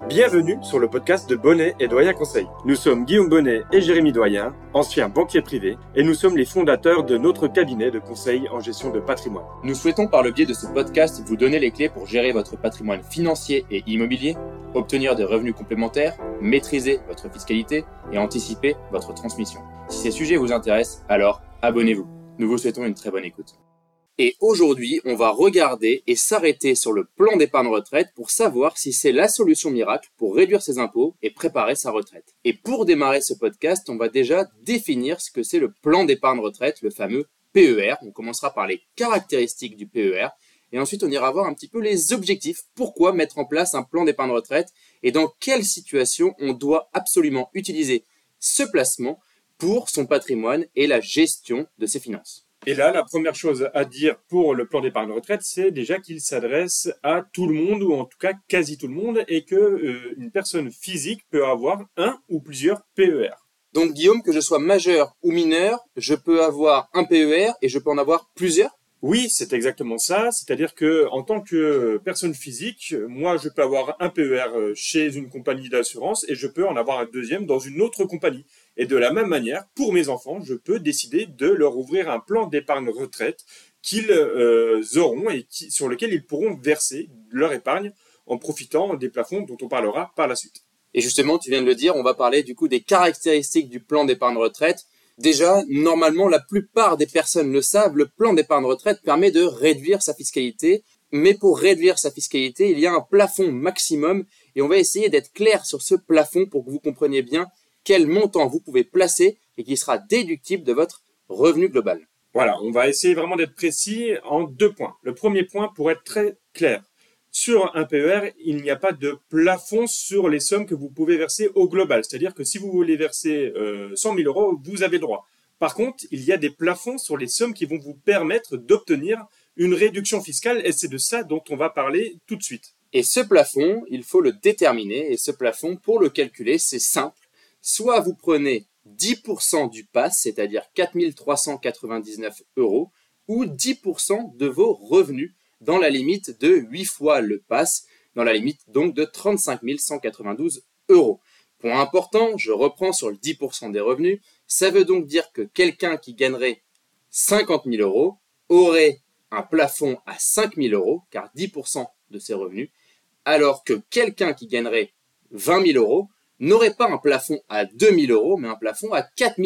Bienvenue sur le podcast de Bonnet et Doyen Conseil. Nous sommes Guillaume Bonnet et Jérémy Doyen, anciens banquiers privés, et nous sommes les fondateurs de notre cabinet de conseil en gestion de patrimoine. Nous souhaitons par le biais de ce podcast vous donner les clés pour gérer votre patrimoine financier et immobilier, obtenir des revenus complémentaires, maîtriser votre fiscalité et anticiper votre transmission. Si ces sujets vous intéressent, alors abonnez-vous. Nous vous souhaitons une très bonne écoute. Et aujourd'hui, on va regarder et s'arrêter sur le plan d'épargne retraite pour savoir si c'est la solution miracle pour réduire ses impôts et préparer sa retraite. Et pour démarrer ce podcast, on va déjà définir ce que c'est le plan d'épargne retraite, le fameux PER. On commencera par les caractéristiques du PER et ensuite on ira voir un petit peu les objectifs. Pourquoi mettre en place un plan d'épargne retraite et dans quelle situation on doit absolument utiliser ce placement pour son patrimoine et la gestion de ses finances. Et là, la première chose à dire pour le plan d'épargne retraite, c'est déjà qu'il s'adresse à tout le monde, ou en tout cas quasi tout le monde, et que une personne physique peut avoir un ou plusieurs PER. Donc Guillaume, que je sois majeur ou mineur, je peux avoir un PER et je peux en avoir plusieurs ? Oui, c'est exactement ça. C'est-à-dire que en tant que personne physique, moi, je peux avoir un PER chez une compagnie d'assurance et je peux en avoir un deuxième dans une autre compagnie. Et de la même manière, pour mes enfants, je peux décider de leur ouvrir un plan d'épargne retraite qu'ils auront et sur lequel ils pourront verser leur épargne en profitant des plafonds dont on parlera par la suite. Et justement, tu viens de le dire, on va parler du coup des caractéristiques du plan d'épargne retraite. Déjà, normalement, la plupart des personnes le savent, le plan d'épargne retraite permet de réduire sa fiscalité. Mais pour réduire sa fiscalité, il y a un plafond maximum et on va essayer d'être clair sur ce plafond pour que vous compreniez bien quel montant vous pouvez placer et qui sera déductible de votre revenu global. Voilà, on va essayer vraiment d'être précis en 2 points. Le premier point, pour être très clair, sur un PER, il n'y a pas de plafond sur les sommes que vous pouvez verser au global. C'est-à-dire que si vous voulez verser 100 000 euros, vous avez le droit. Par contre, il y a des plafonds sur les sommes qui vont vous permettre d'obtenir une réduction fiscale et c'est de ça dont on va parler tout de suite. Et ce plafond, il faut le déterminer et ce plafond, pour le calculer, c'est simple. Soit vous prenez 10% du PAS, c'est-à-dire 4 399 euros, ou 10% de vos revenus dans la limite de 8 fois le PAS, dans la limite donc de 35 192 euros. Point important, je reprends sur le 10% des revenus, ça veut donc dire que quelqu'un qui gagnerait 50 000 euros aurait un plafond à 5 000 euros, car 10% de ses revenus, alors que quelqu'un qui gagnerait 20 000 euros n'aurait pas un plafond à 2 000 euros, mais un plafond à 4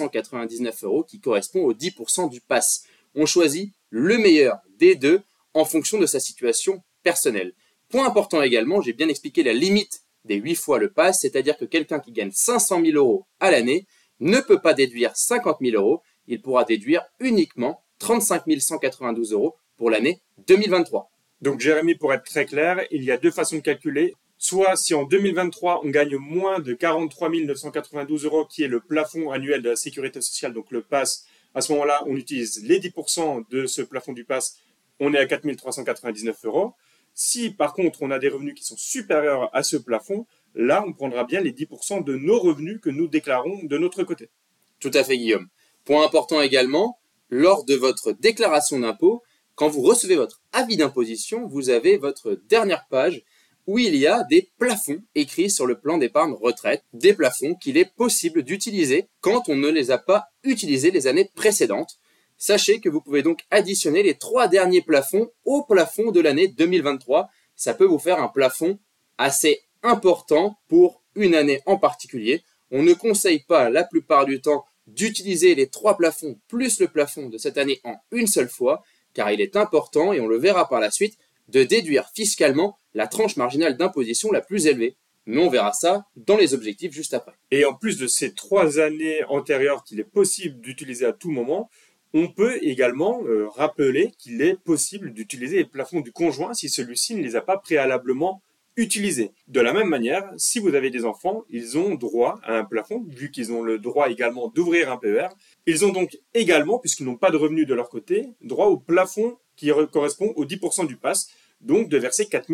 399 euros qui correspond aux 10% du PAS. On choisit le meilleur des deux en fonction de sa situation personnelle. Point important également, j'ai bien expliqué la limite des 8 fois le PAS, c'est-à-dire que quelqu'un qui gagne 500 000 euros à l'année ne peut pas déduire 50 000 euros, il pourra déduire uniquement 35 192 euros pour l'année 2023. Donc Jérémy, pour être très clair, il y a 2 façons de calculer. Soit si en 2023, on gagne moins de 43 992 euros, qui est le plafond annuel de la sécurité sociale, donc le PAS, à ce moment-là, on utilise les 10% de ce plafond du PAS, on est à 4 399 euros. Si par contre, on a des revenus qui sont supérieurs à ce plafond, là, on prendra bien les 10% de nos revenus que nous déclarons de notre côté. Tout à fait, Guillaume. Point important également, lors de votre déclaration d'impôt, quand vous recevez votre avis d'imposition, vous avez votre dernière page où il y a des plafonds écrits sur le plan d'épargne retraite, des plafonds qu'il est possible d'utiliser quand on ne les a pas utilisés les années précédentes. Sachez que vous pouvez donc additionner les 3 derniers plafonds au plafond de l'année 2023. Ça peut vous faire un plafond assez important pour une année en particulier. On ne conseille pas la plupart du temps d'utiliser les 3 plafonds plus le plafond de cette année en une seule fois, car il est important, et on le verra par la suite, de déduire fiscalement la tranche marginale d'imposition la plus élevée. Mais on verra ça dans les objectifs juste après. Et en plus de ces 3 années antérieures qu'il est possible d'utiliser à tout moment, on peut également rappeler qu'il est possible d'utiliser les plafonds du conjoint si celui-ci ne les a pas préalablement utilisés. De la même manière, si vous avez des enfants, ils ont droit à un plafond, vu qu'ils ont le droit également d'ouvrir un PER. Ils ont donc également, puisqu'ils n'ont pas de revenus de leur côté, droit au plafond qui correspond aux 10% du PAS, donc de verser 4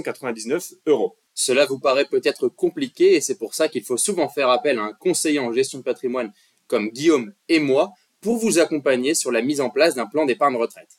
399 euros. Cela vous paraît peut-être compliqué et c'est pour ça qu'il faut souvent faire appel à un conseiller en gestion de patrimoine comme Guillaume et moi pour vous accompagner sur la mise en place d'un plan d'épargne retraite.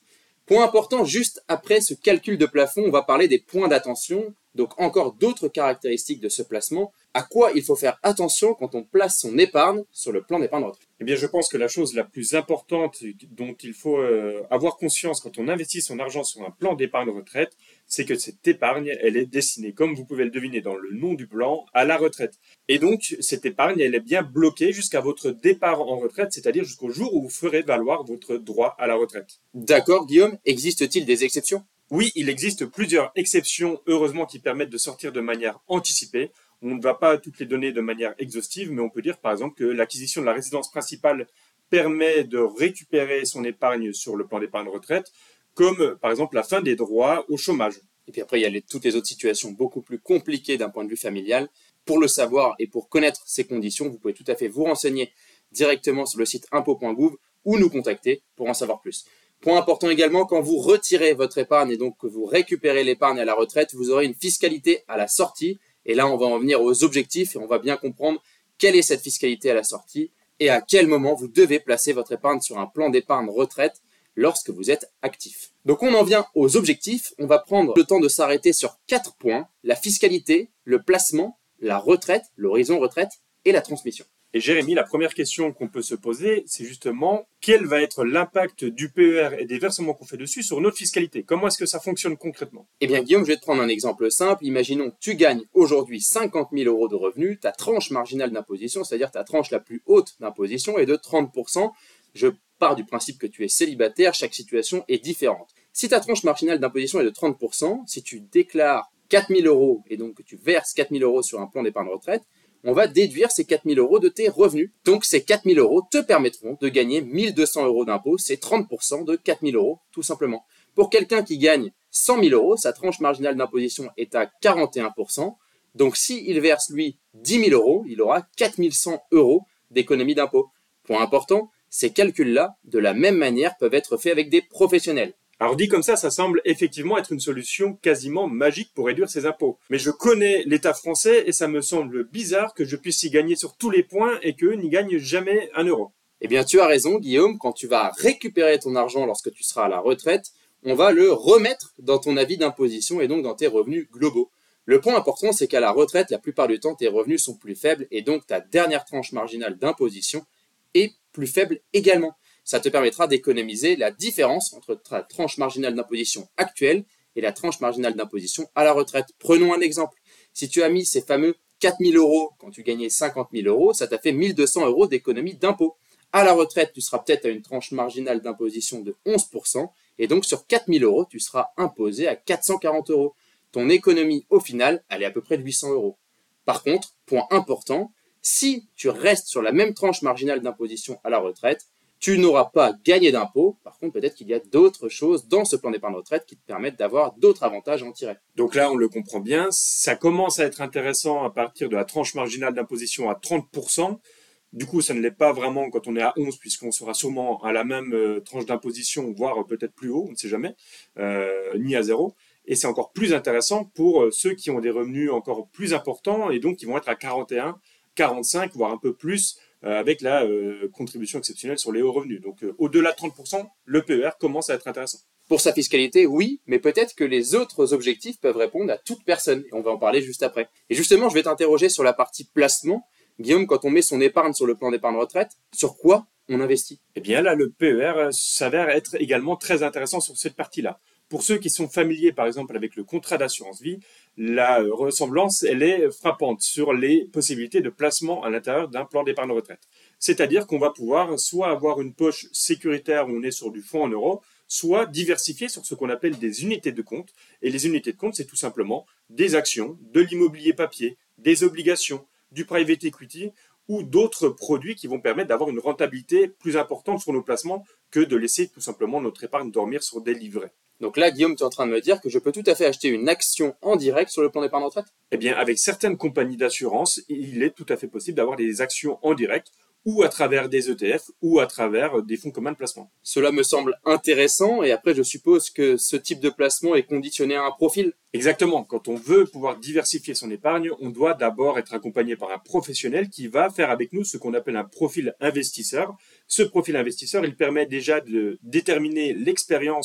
Point important, juste après ce calcul de plafond, on va parler des points d'attention, donc encore d'autres caractéristiques de ce placement. À quoi il faut faire attention quand on place son épargne sur le plan d'épargne retraite? Eh bien, je pense que la chose la plus importante dont il faut avoir conscience quand on investit son argent sur un plan d'épargne retraite, c'est que cette épargne, elle est destinée, comme vous pouvez le deviner dans le nom du plan, à la retraite. Et donc, cette épargne, elle est bien bloquée jusqu'à votre départ en retraite, c'est-à-dire jusqu'au jour où vous ferez valoir votre droit à la retraite. D'accord, Guillaume, existe-t-il des exceptions? Oui, il existe plusieurs exceptions, heureusement, qui permettent de sortir de manière anticipée. On ne va pas toutes les donner de manière exhaustive, mais on peut dire par exemple que l'acquisition de la résidence principale permet de récupérer son épargne sur le plan d'épargne retraite, comme par exemple la fin des droits au chômage. Et puis après, il y a toutes les autres situations beaucoup plus compliquées d'un point de vue familial. Pour le savoir et pour connaître ces conditions, vous pouvez tout à fait vous renseigner directement sur le site impôts.gouv ou nous contacter pour en savoir plus. Point important également, quand vous retirez votre épargne et donc que vous récupérez l'épargne à la retraite, vous aurez une fiscalité à la sortie. Et là, on va en venir aux objectifs et on va bien comprendre quelle est cette fiscalité à la sortie et à quel moment vous devez placer votre épargne sur un plan d'épargne retraite lorsque vous êtes actif. Donc on en vient aux objectifs. On va prendre le temps de s'arrêter sur 4 points: la fiscalité, le placement, la retraite, l'horizon retraite et la transmission. Et Jérémy, la première question qu'on peut se poser, c'est justement quel va être l'impact du PER et des versements qu'on fait dessus sur notre fiscalité? Comment est-ce que ça fonctionne concrètement? Eh bien Guillaume, je vais te prendre un exemple simple. Imaginons que tu gagnes aujourd'hui 50 000 euros de revenus, ta tranche marginale d'imposition, c'est-à-dire ta tranche la plus haute d'imposition est de 30%. Je pars du principe que tu es célibataire, chaque situation est différente. Si ta tranche marginale d'imposition est de 30%, si tu déclares 4 000 euros et donc que tu verses 4 000 euros sur un plan d'épargne retraite, on va déduire ces 4 000 euros de tes revenus. Donc ces 4 000 euros te permettront de gagner 1 200 euros d'impôt, c'est 30% de 4 000 euros, tout simplement. Pour quelqu'un qui gagne 100 000 euros, sa tranche marginale d'imposition est à 41%. Donc s'il verse, lui, 10 000 euros, il aura 4 100 euros d'économie d'impôt. Point important, ces calculs-là, de la même manière, peuvent être faits avec des professionnels. Alors dit comme ça semble effectivement être une solution quasiment magique pour réduire ses impôts. Mais je connais l'État français et ça me semble bizarre que je puisse y gagner sur tous les points et qu'eux n'y gagnent jamais un euro. Eh bien, tu as raison, Guillaume, quand tu vas récupérer ton argent lorsque tu seras à la retraite, on va le remettre dans ton avis d'imposition et donc dans tes revenus globaux. Le point important, c'est qu'à la retraite, la plupart du temps, tes revenus sont plus faibles et donc ta dernière tranche marginale d'imposition est plus faible également. Ça te permettra d'économiser la différence entre ta tranche marginale d'imposition actuelle et la tranche marginale d'imposition à la retraite. Prenons un exemple. Si tu as mis ces fameux 4 000 euros quand tu gagnais 50 000 euros, ça t'a fait 1 200 euros d'économie d'impôt. À la retraite, tu seras peut-être à une tranche marginale d'imposition de 11% et donc sur 4 000 euros, tu seras imposé à 440 euros. Ton économie au final, elle est à peu près de 800 euros. Par contre, point important, si tu restes sur la même tranche marginale d'imposition à la retraite, tu n'auras pas gagné d'impôt. Par contre, peut-être qu'il y a d'autres choses dans ce plan d'épargne retraite qui te permettent d'avoir d'autres avantages à en tirer. Donc là, on le comprend bien, ça commence à être intéressant à partir de la tranche marginale d'imposition à 30%. Du coup, ça ne l'est pas vraiment quand on est à 11, puisqu'on sera sûrement à la même tranche d'imposition, voire peut-être plus haut, on ne sait jamais, ni à 0. Et c'est encore plus intéressant pour ceux qui ont des revenus encore plus importants et donc qui vont être à 41, 45, voire un peu plus, avec la contribution exceptionnelle sur les hauts revenus. Donc au-delà de 30%, le PER commence à être intéressant. Pour sa fiscalité, oui, mais peut-être que les autres objectifs peuvent répondre à toute personne, et on va en parler juste après. Et justement, je vais t'interroger sur la partie placement. Guillaume, quand on met son épargne sur le plan d'épargne retraite, sur quoi on investit? Eh bien là, le PER s'avère être également très intéressant sur cette partie-là. Pour ceux qui sont familiers, par exemple, avec le contrat d'assurance vie, la ressemblance, elle est frappante sur les possibilités de placement à l'intérieur d'un plan d'épargne retraite. C'est-à-dire qu'on va pouvoir soit avoir une poche sécuritaire où on est sur du fonds en euros, soit diversifier sur ce qu'on appelle des unités de compte. Et les unités de compte, c'est tout simplement des actions, de l'immobilier papier, des obligations, du private equity ou d'autres produits qui vont permettre d'avoir une rentabilité plus importante sur nos placements que de laisser tout simplement notre épargne dormir sur des livrets. Donc là, Guillaume, tu es en train de me dire que je peux tout à fait acheter une action en direct sur le plan d'épargne retraite? Eh bien, avec certaines compagnies d'assurance, il est tout à fait possible d'avoir des actions en direct ou à travers des ETF ou à travers des fonds communs de placement. Cela me semble intéressant et après je suppose que ce type de placement est conditionné à un profil. Exactement. Quand on veut pouvoir diversifier son épargne, on doit d'abord être accompagné par un professionnel qui va faire avec nous ce qu'on appelle un profil investisseur. Ce profil investisseur, il permet déjà de déterminer l'expérience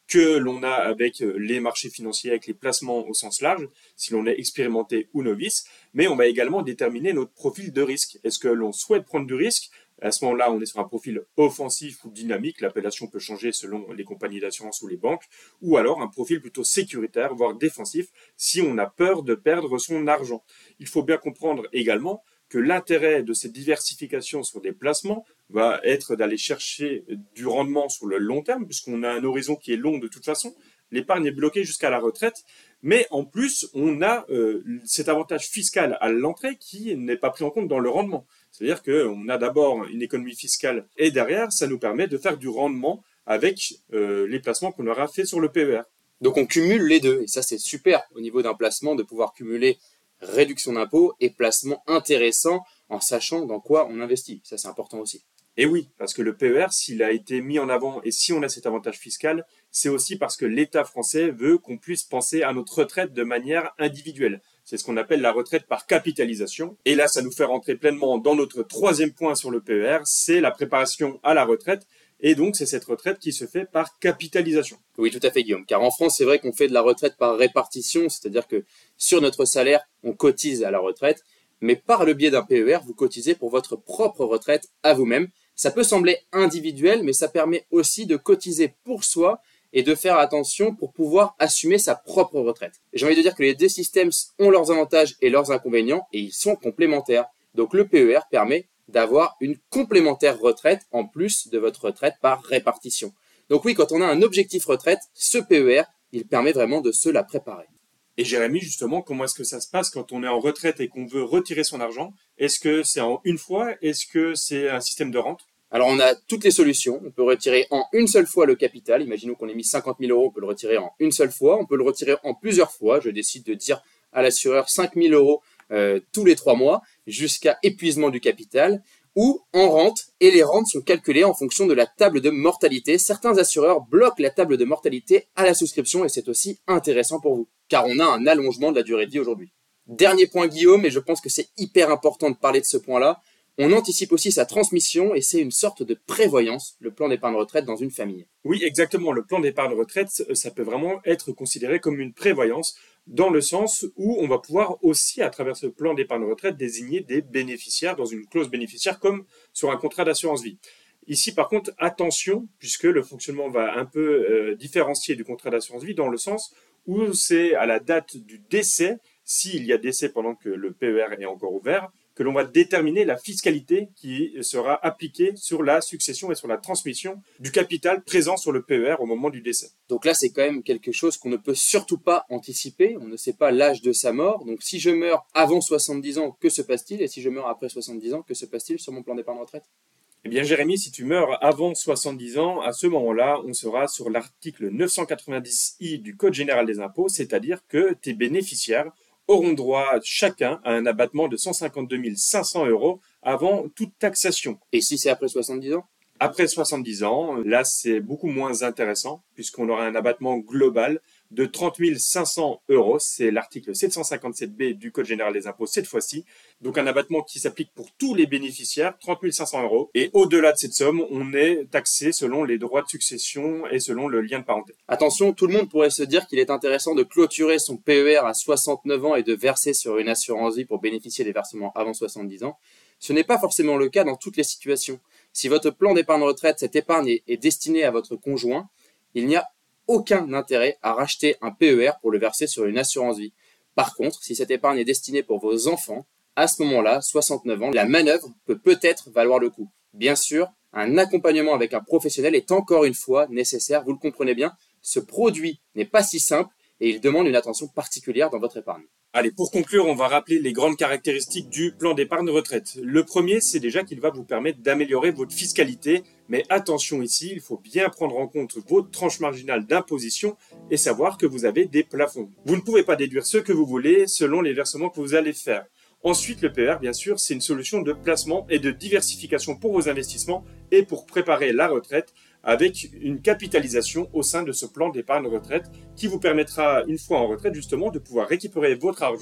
que l'on a avec les marchés financiers, avec les placements au sens large, si l'on est expérimenté ou novice, mais on va également déterminer notre profil de risque. Est-ce que l'on souhaite prendre du risque? À ce moment-là, on est sur un profil offensif ou dynamique, l'appellation peut changer selon les compagnies d'assurance ou les banques, ou alors un profil plutôt sécuritaire, voire défensif, si on a peur de perdre son argent. Il faut bien comprendre également que l'intérêt de cette diversification sur des placements va être d'aller chercher du rendement sur le long terme, puisqu'on a un horizon qui est long de toute façon. L'épargne est bloquée jusqu'à la retraite, mais en plus, on a cet avantage fiscal à l'entrée qui n'est pas pris en compte dans le rendement. C'est-à-dire qu'on a d'abord une économie fiscale et derrière, ça nous permet de faire du rendement avec les placements qu'on aura fait sur le PER. Donc on cumule les deux, et ça c'est super au niveau d'un placement de pouvoir cumuler réduction d'impôt et placement intéressant en sachant dans quoi on investit. Ça c'est important aussi. Et oui, parce que le PER, s'il a été mis en avant et si on a cet avantage fiscal, c'est aussi parce que l'État français veut qu'on puisse penser à notre retraite de manière individuelle. C'est ce qu'on appelle la retraite par capitalisation. Et là, ça nous fait rentrer pleinement dans notre troisième point sur le PER, c'est la préparation à la retraite. Et donc, c'est cette retraite qui se fait par capitalisation. Oui, tout à fait, Guillaume. Car en France, c'est vrai qu'on fait de la retraite par répartition, c'est-à-dire que sur notre salaire, on cotise à la retraite, mais par le biais d'un PER, vous cotisez pour votre propre retraite à vous-même. Ça peut sembler individuel, mais ça permet aussi de cotiser pour soi et de faire attention pour pouvoir assumer sa propre retraite. J'ai envie de dire que les deux systèmes ont leurs avantages et leurs inconvénients, et ils sont complémentaires. Donc le PER permet d'avoir une complémentaire retraite en plus de votre retraite par répartition. Donc oui, quand on a un objectif retraite, ce PER, il permet vraiment de se la préparer. Et Jérémy, justement, comment est-ce que ça se passe quand on est en retraite et qu'on veut retirer son argent? Est-ce que c'est en une fois? Est-ce que c'est un système de rente? Alors on a toutes les solutions. On peut retirer en une seule fois le capital. Imaginons qu'on ait mis 50 000 euros, on peut le retirer en une seule fois. On peut le retirer en plusieurs fois. Je décide de dire à l'assureur 5 000 euros tous les 3 mois jusqu'à épuisement du capital, ou en rente, et les rentes sont calculées en fonction de la table de mortalité. Certains assureurs bloquent la table de mortalité à la souscription et c'est aussi intéressant pour vous, car on a un allongement de la durée de vie aujourd'hui. Dernier point, Guillaume, et je pense que c'est hyper important de parler de ce point-là, on anticipe aussi sa transmission et c'est une sorte de prévoyance, le plan d'épargne retraite dans une famille. Oui, exactement. Le plan d'épargne retraite, ça peut vraiment être considéré comme une prévoyance dans le sens où on va pouvoir aussi, à travers ce plan d'épargne retraite, désigner des bénéficiaires dans une clause bénéficiaire comme sur un contrat d'assurance vie. Ici, par contre, attention, puisque le fonctionnement va un peu différencier du contrat d'assurance vie dans le sens où c'est à la date du décès, s'il y a décès pendant que le PER est encore ouvert, que l'on va déterminer la fiscalité qui sera appliquée sur la succession et sur la transmission du capital présent sur le PER au moment du décès. Donc là, c'est quand même quelque chose qu'on ne peut surtout pas anticiper. On ne sait pas l'âge de sa mort. Donc si je meurs avant 70 ans, que se passe-t-il? Et si je meurs après 70 ans, que se passe-t-il sur mon plan d'épargne retraite? Eh bien, Jérémy, si tu meurs avant 70 ans, à ce moment-là, on sera sur l'article 990I du Code général des impôts, c'est-à-dire que tes bénéficiaires auront droit chacun à un abattement de 152 500 euros avant toute taxation. Et si c'est après 70 ans? Après 70 ans, là c'est beaucoup moins intéressant puisqu'on aura un abattement global de 30 500 euros. C'est l'article 757B du Code général des impôts cette fois-ci. Donc un abattement qui s'applique pour tous les bénéficiaires, 30 500 euros. Et au-delà de cette somme, on est taxé selon les droits de succession et selon le lien de parenté. Attention, tout le monde pourrait se dire qu'il est intéressant de clôturer son PER à 69 ans et de verser sur une assurance vie pour bénéficier des versements avant 70 ans. Ce n'est pas forcément le cas dans toutes les situations. Si votre plan d'épargne retraite, cette épargne est destinée à votre conjoint, il n'y a aucun intérêt à racheter un PER pour le verser sur une assurance vie. Par contre, si cette épargne est destinée pour vos enfants, à ce moment-là, 69 ans, la manœuvre peut peut-être valoir le coup. Bien sûr, un accompagnement avec un professionnel est encore une fois nécessaire, vous le comprenez bien. Ce produit n'est pas si simple et il demande une attention particulière dans votre épargne. Allez, pour conclure, on va rappeler les grandes caractéristiques du plan d'épargne retraite. Le premier, c'est déjà qu'il va vous permettre d'améliorer votre fiscalité. Mais attention ici, il faut bien prendre en compte votre tranche marginale d'imposition et savoir que vous avez des plafonds. Vous ne pouvez pas déduire ce que vous voulez selon les versements que vous allez faire. Ensuite, le PER, bien sûr, c'est une solution de placement et de diversification pour vos investissements et pour préparer la retraite avec une capitalisation au sein de ce plan d'épargne retraite qui vous permettra, une fois en retraite, justement, de pouvoir récupérer votre argent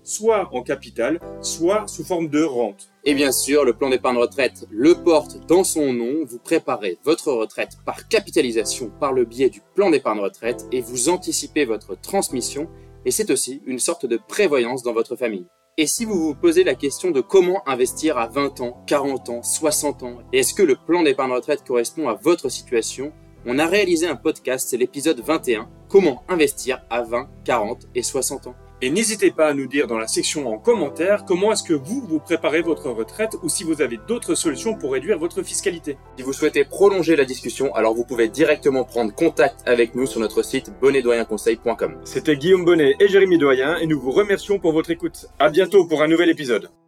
soit en capital, soit sous forme de rente. Et bien sûr, le plan d'épargne retraite le porte dans son nom. Vous préparez votre retraite par capitalisation par le biais du plan d'épargne retraite et vous anticipez votre transmission. Et c'est aussi une sorte de prévoyance dans votre famille. Et si vous vous posez la question de comment investir à 20 ans, 40 ans, 60 ans, et est-ce que le plan d'épargne retraite correspond à votre situation, on a réalisé un podcast, c'est l'épisode 21, comment investir à 20, 40 et 60 ans. Et n'hésitez pas à nous dire dans la section en commentaire comment est-ce que vous préparez votre retraite ou si vous avez d'autres solutions pour réduire votre fiscalité. Si vous souhaitez prolonger la discussion, alors vous pouvez directement prendre contact avec nous sur notre site bonnetdoyenconseil.com. C'était Guillaume Bonnet et Jérémy Doyen et nous vous remercions pour votre écoute. À bientôt pour un nouvel épisode.